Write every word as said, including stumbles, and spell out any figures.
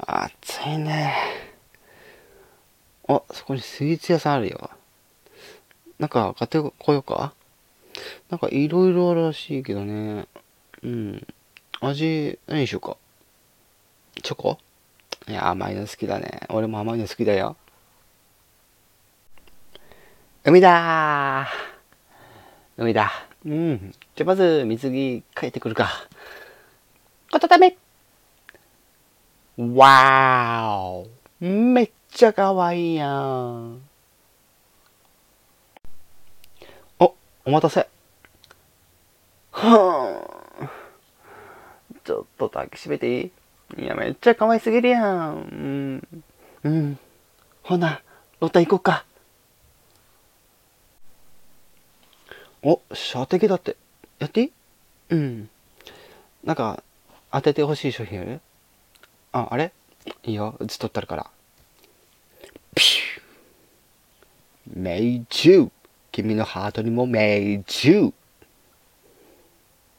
暑いね。あ、そこにスイーツ屋さんあるよ。なんか買ってこようか。なんかいろいろあるらしいけどね。うん。味、何にしようか。チョコ。いや、甘いの好きだね。俺も甘いの好きだよ。海だー海だ。うん。じゃ、まず、水着帰ってくるか。こたため。わーお。めっちゃ可愛いやん。お、お待たせ。はぁ。ちょっと抱きしめていい？いや、めっちゃ可愛すぎるやん。うん。うん。ほな、ロッタ行こうか。お、射的だって。やっていい？うん。なんか、当ててほしい商品ある？あ、あれいいよ。映っとったるから。ピュー命中君のハートにも命中